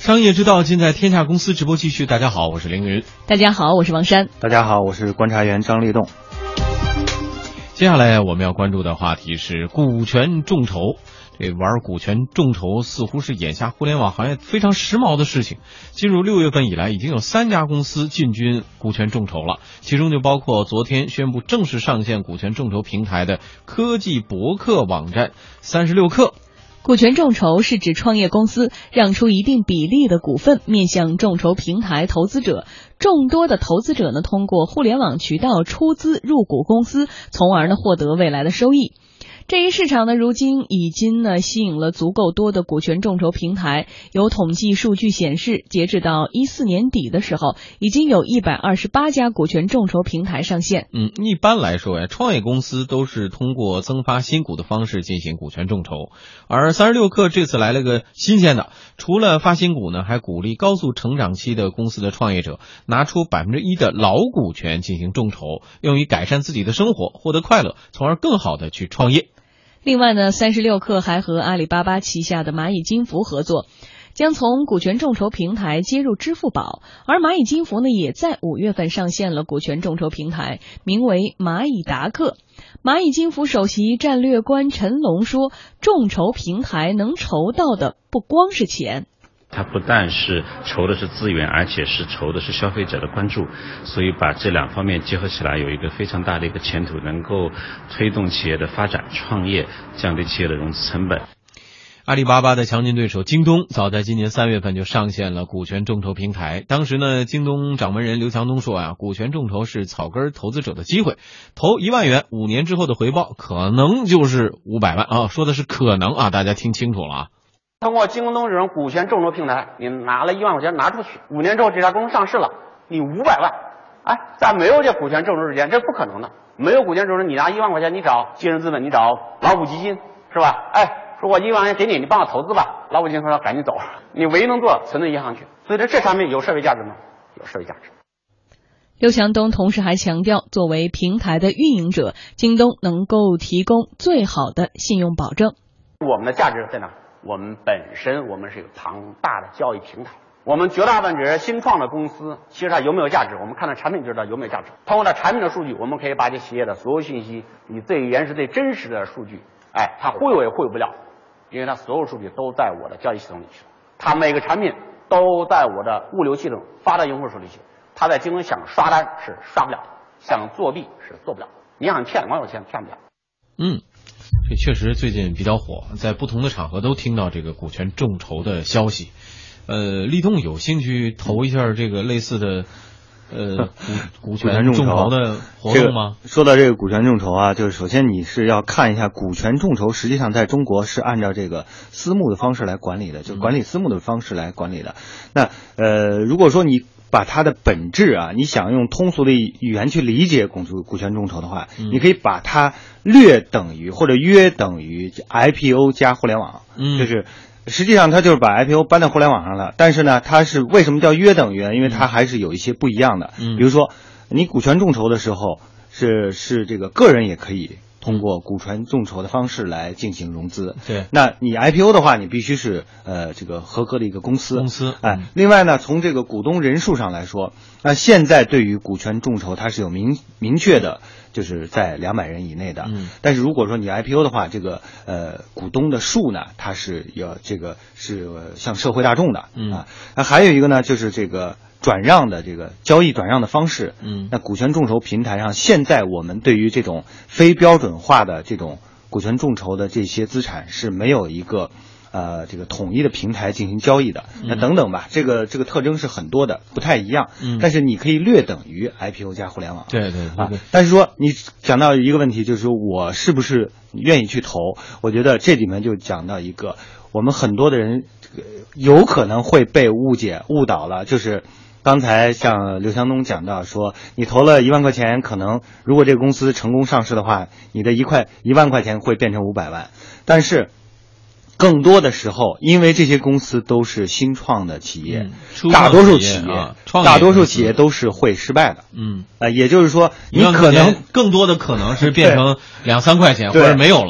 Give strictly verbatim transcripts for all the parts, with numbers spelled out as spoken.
商业之道尽在天下公司直播继续。大家好，我是凌云。 大家好，我是王珊。 大家好，我是观察员张立栋。 接下来我们要关注的话题是股权众筹。这玩股权众筹似乎是眼下互联网行业非常时髦的事情。进入六月份以来，已经有三家公司进军股权众筹了，其中就包括昨天宣布正式上线股权众筹平台的科技博客网站三十六氪。 股权众筹是指创业公司让出一定比例的股份面向众筹平台投资者，众多的投资者呢通过互联网渠道出资入股公司，从而呢获得未来的收益。这一市场呢，如今已经呢吸引了足够多的股权众筹平台。有统计数据显示，截止到一四年底的时候，已经有一百二十八家股权众筹平台上线。 嗯，一般来说呀，创业公司都是通过增发新股的方式进行股权众筹，而三十六氪这次来了个新鲜的，除了发新股呢，还鼓励高速成长期的公司的创业者拿出百分之一的老股权进行众筹，用于改善自己的生活，获得快乐，从而更好的去创业。 另外呢，三十六氪还和阿里巴巴旗下的蚂蚁金服合作，将从股权众筹平台接入支付宝，而蚂蚁金服呢也在五月份上线了股权众筹平台，名为蚂蚁达克。蚂蚁金服首席战略官陈龙说，众筹平台能筹到的不光是钱， 它不但是筹的是资源，而且是筹的是消费者的关注，所以把这两方面结合起来，有一个非常大的一个前途，能够推动企业的发展创业，降低企业的融资成本。 阿里巴巴的强劲对手京东早在今年三月份就上线了股权众筹平台。当时呢，京东掌门人刘强东说啊，股权众筹是草根投资者的机会，投一万元，五年之后的回报可能就是五百万啊，说的是可能啊，大家听清楚了啊。 通过京东这种股权众筹平台，你拿了一万块钱拿出去，五年之后这家公司上市了，你五百万，哎，在没有这股权众筹之前，这不可能的。没有股权众筹，你拿一万块钱，你找金人资本，你找老虎基金，是吧？哎，说我一万块钱给你，你帮我投资吧。老虎基金说赶紧走，你唯一能做存到银行去。所以这这产品有社会价值吗？有社会价值。 刘强东同时还强调，作为平台的运营者，京东能够提供最好的信用保证。 我们的价值在哪？我们本身我们是有庞大的交易平台，我们绝大部分只是新创的公司，其实它有没有价值，我们看到产品就知道有没有价值。通过它产品的数据，我们可以把这企业的所有信息，以最原始、最真实的数据，哎，它忽悠也忽悠不了，因为它所有数据都在我的交易系统里去，它每个产品都在我的物流系统发到用户手里去，它在京东想刷单是刷不了，想作弊是做不了，你想骗网友钱骗不了。 嗯。这确实最近比较火，在不同的场合都听到这个股权众筹的消息。呃，立栋有兴趣投一下这个类似的呃股股权众筹的活动吗？ 这个、说到这个股权众筹啊，就是首先你是要看一下股权众筹，实际上在中国是按照这个私募的方式来管理的，就管理私募的方式来管理的。那呃，如果说你把它的本质啊，你想用通俗的语言去理解股股权众筹的话，嗯、你可以把它略等于或者约等于 I P O 加互联网，嗯，就是实际上它就是把 I P O 搬到互联网上了，但是呢，它是为什么叫约等于呢？因为它还是有一些不一样的，嗯，比如说你股权众筹的时候是是这个个人也可以通过股权众筹的方式来进行融资。 对， 那你 I P O 的话，你必须是呃这个合格的一个公司。 公司， 哎，另外呢，从这个股东人数上来说，那现在对于股权众筹它是有明明确的，就是在两百人以内的。嗯，但是如果说你 I P O 的话，这个呃股东的数呢，它是要这个是向社会大众的。嗯啊，那还有一个呢，就是这个转让的这个交易转让的方式，嗯，那股权众筹平台上，现在我们对于这种非标准化的这种股权众筹的这些资产是没有一个呃这个统一的平台进行交易的，那等等吧，这个这个特征是很多的，不太一样，嗯，但是你可以略等于 I P O 加互联网， 对对对对、 啊，但是说你讲到一个问题，就是我是不是愿意去投？我觉得这里面就讲到一个，我们很多的人有可能会被误解误导了，就是刚才像刘强东讲到说，你投了一万块钱，可能如果这个公司成功上市的话，你的一块一万块钱会变成五百万。但是更多的时候，因为这些公司都是新创的企业，嗯、大多数企业、啊、大多数企业都是会失败的。嗯，呃，也就是说，你可能更多的可能是变成两三块钱，或者没有了。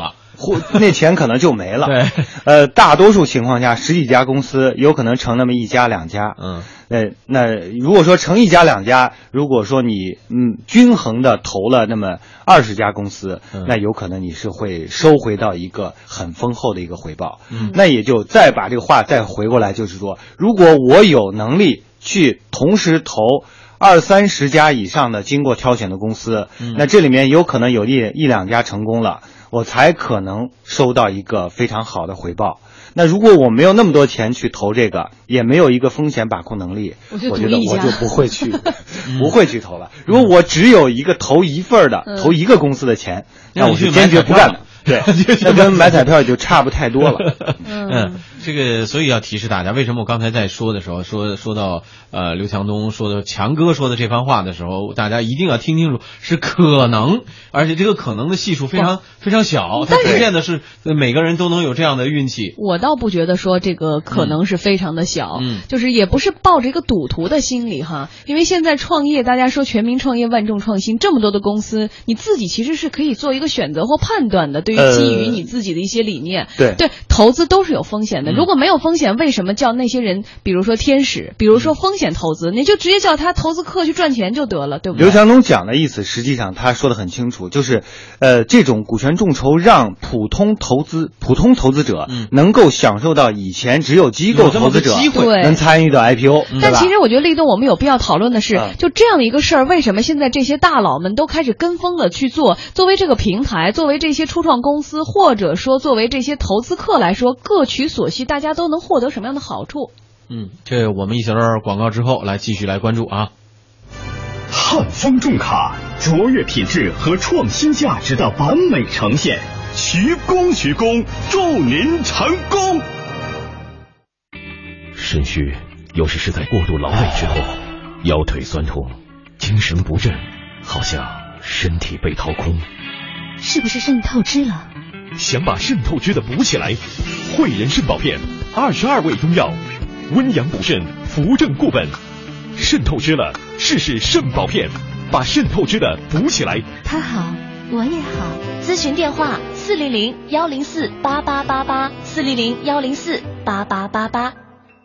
或那钱可能就没了。 对， 呃，大多数情况下，十几家公司有可能成那么一家两家。 嗯， 呃，那如果说成一家两家，如果说你嗯均衡的投了那么二十家公司， 嗯、 那有可能你是会收回到一个很丰厚的一个回报。 嗯， 那也就再把这个话再回过来，就是说，如果我有能力去同时投二三十家以上的经过挑选的公司， 嗯、 那这里面有可能有一一两家成功了，我才可能收到一个非常好的回报。那如果我没有那么多钱去投这个，也没有一个风险把控能力， 我, 我觉得我就不会去嗯、 不会去投了。如果我只有一个投一份的、嗯、投一个公司的钱，那我是坚决不干的。对，那跟买彩票就差不太多了。 嗯，这个所以要提示大家，为什么我刚才在说的时候说说到呃刘强东说的强哥说的这番话的时候，大家一定要听清楚，是可能，而且这个可能的系数非常非常小，它不见得是每个人都能有这样的运气。 我倒不觉得说这个可能是非常的小， 嗯， 就是也不是抱着一个赌徒的心理哈，因为现在创业，大家说全民创业万众创新，这么多的公司，你自己其实是可以做一个选择或判断的，对。基于你自己的一些理念， 呃、 对对，投资都是有风险的。 嗯、 如果没有风险，为什么叫那些人，比如说天使，比如说风险投资，你就直接叫他投资客去赚钱就得了，对不对？ 刘强东讲的意思，实际上他说的很清楚，就是，呃，这种股权众筹让普通投资普通投资者能够享受到以前只有机构投资者能参与的 I P O。 但其实我觉得立冬我们有必要讨论的是，嗯、就这样的一个事儿，为什么现在这些大佬们都开始跟风的去做？作为这个平台，作为这些初创公司。或者说作为这些投资客来说，各取所需，大家都能获得什么样的好处？ 嗯，这我们一小段广告之后来继续来关注啊。 汉方重卡，卓越品质和创新价值的完美呈现，徐工徐工，祝您成功。 肾虚有时是在过度劳累之后，腰腿酸痛，精神不振，好像身体被掏空。 是不是肾透支了？ 想把肾透支的补起来，汇仁肾宝片二十二味中药，温阳补肾，扶正固本。肾透支了，试试肾宝片，把肾透支的补起来。 他好，我也好。咨询电话：四零零幺零四八八八八，四零零幺零四八八八八。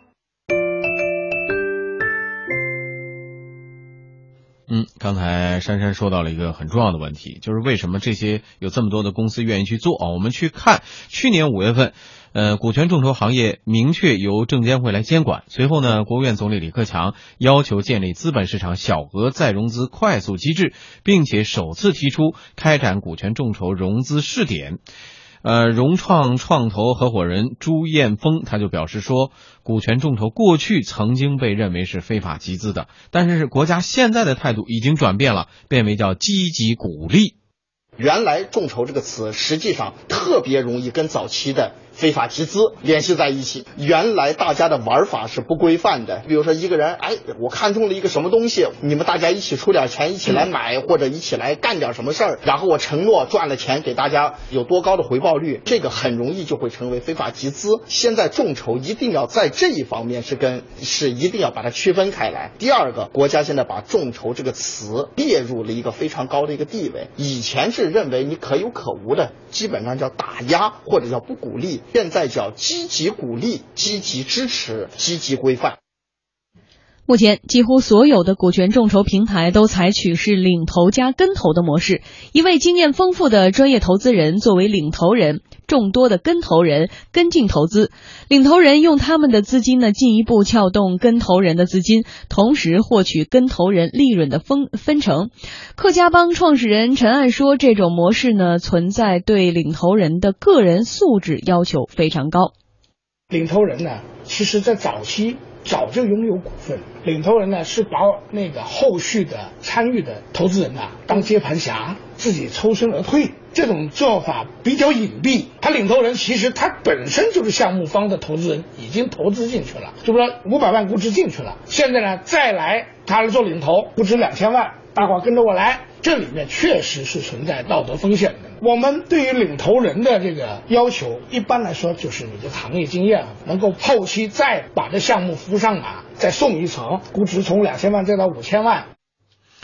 嗯，刚才珊珊说到了一个很重要的问题，就是为什么这些有这么多的公司愿意去做啊？我们去看去年五月份，呃，股权众筹行业明确由证监会来监管。随后呢，国务院总理李克强要求建立资本市场小额再融资快速机制，并且首次提出开展股权众筹融资试点。呃，融创创投合伙人朱彦峰他就表示说，股权众筹过去曾经被认为是非法集资的，但是国家现在的态度已经转变了，变为叫积极鼓励。 原来众筹这个词实际上特别容易跟早期的非法集资联系在一起。原来大家的玩法是不规范的，比如说一个人，哎，我看中了一个什么东西，你们大家一起出点钱，一起来买，嗯、或者一起来干点什么事儿，然后我承诺赚了钱给大家有多高的回报率，这个很容易就会成为非法集资。现在众筹一定要在这一方面是跟是一定要把它区分开来。第二个，国家现在把众筹这个词列入了一个非常高的一个地位，以前是认为你可有可无的，基本上叫打压或者叫不鼓励，现在叫积极鼓励、积极支持、积极规范。 目前几乎所有的股权众筹平台都采取是领投加跟投的模式，一位经验丰富的专业投资人作为领投人，众多的跟投人跟进投资，领投人用他们的资金呢进一步撬动跟投人的资金，同时获取跟投人利润的分分成。客家帮创始人陈爱说，这种模式呢存在对领投人的个人素质要求非常高。 领投人呢，其实在早期早就拥有股份，领投人呢是把那个后续的参与的投资人啊当接盘侠，自己抽身而退，这种做法比较隐蔽。他领投人其实他本身就是项目方的投资人，已经投资进去了，就说五百万估值进去了，现在呢再来他来做领投，估值两千万，大伙跟着我来，这里面确实是存在道德风险的。我们对于领投人的这个要求，一般来说就是你的行业经验能够后期再把这项目扶上马，再送一层，估值从两千万再到五千万。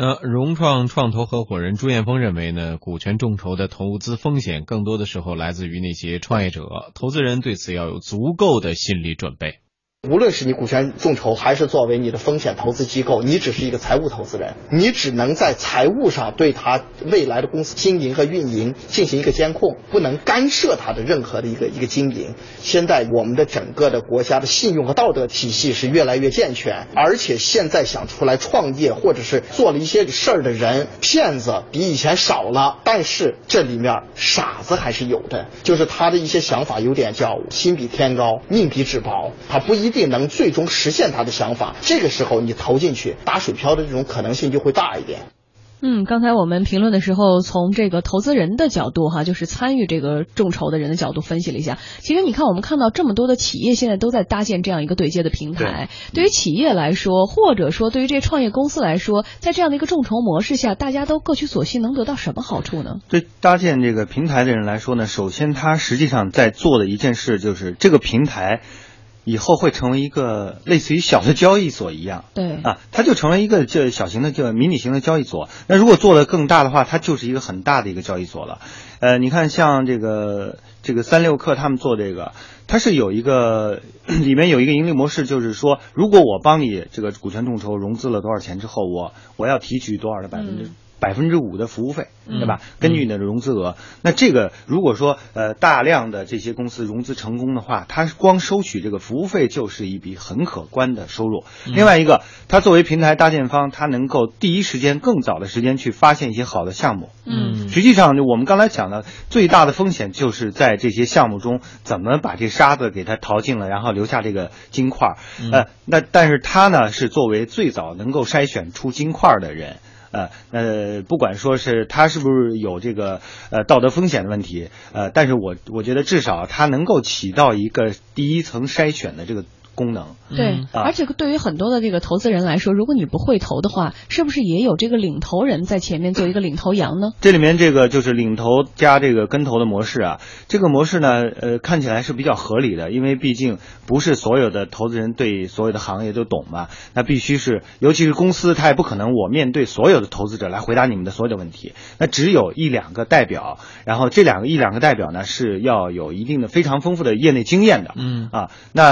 那融创创投合伙人朱彦峰认为呢，股权众筹的投资风险更多的时候来自于那些创业者，投资人对此要有足够的心理准备。 无论是你股权众筹还是作为你的风险投资机构，你只是一个财务投资人，你只能在财务上对他未来的公司经营和运营进行一个监控，不能干涉他的任何的一个一个经营。现在我们的整个的国家的信用和道德体系是越来越健全，而且现在想出来创业或者是做了一些事儿的人，骗子比以前少了，但是这里面傻子还是有的，就是他的一些想法有点叫心比天高命比纸薄，他不一定能最终实现他的想法，这个时候你投进去打水漂的这种可能性就会大一点。 嗯，刚才我们评论的时候，从这个投资人的角度哈，就是参与这个众筹的人的角度分析了一下。其实你看，我们看到这么多的企业现在都在搭建这样一个对接的平台。对于企业来说，或者说对于这些创业公司来说，在这样的一个众筹模式下，大家都各取所需，能得到什么好处呢？ 对搭建这个平台的人来说呢，首先他实际上在做的一件事就是这个平台以后会成为一个类似于小的交易所一样， 对啊，它就成为一个这小型的这迷你型的交易所。那如果做得更大的话，它就是一个很大的一个交易所了。呃，你看像这个这个三六氪他们做这个，它是有一个里面有一个盈利模式，就是说，如果我帮你这个股权众筹融资了多少钱之后，我我要提取多少的百分之。嗯百分之五的服务费，对吧？根据你的融资额，那这个如果说呃大量的这些公司融资成功的话，它光收取这个服务费就是一笔很可观的收入。另外一个，它作为平台搭建方，它能够第一时间、更早的时间去发现一些好的项目。 嗯， 实际上我们刚才讲的最大的风险就是在这些项目中怎么把这沙子给它淘尽了，然后留下这个金块。呃，那但是它呢是作为最早能够筛选出金块的人。呃呃，不管说是他是不是有这个呃道德风险的问题，呃，但是我我觉得至少他能够起到一个第一层筛选的这个功能。 对、嗯啊，而且对于很多的这个投资人来说，如果你不会投的话，是不是也有这个领头人在前面做一个领头羊呢？ 这里面这个就是领头加这个跟投的模式啊，这个模式呢，呃，看起来是比较合理的，因为毕竟不是所有的投资人对所有的行业都懂嘛，那必须是，尤其是公司，它也不可能我面对所有的投资者来回答你们的所有的问题，那只有一两个代表，然后这两个一两个代表呢是要有一定的非常丰富的业内经验的， 嗯啊，那。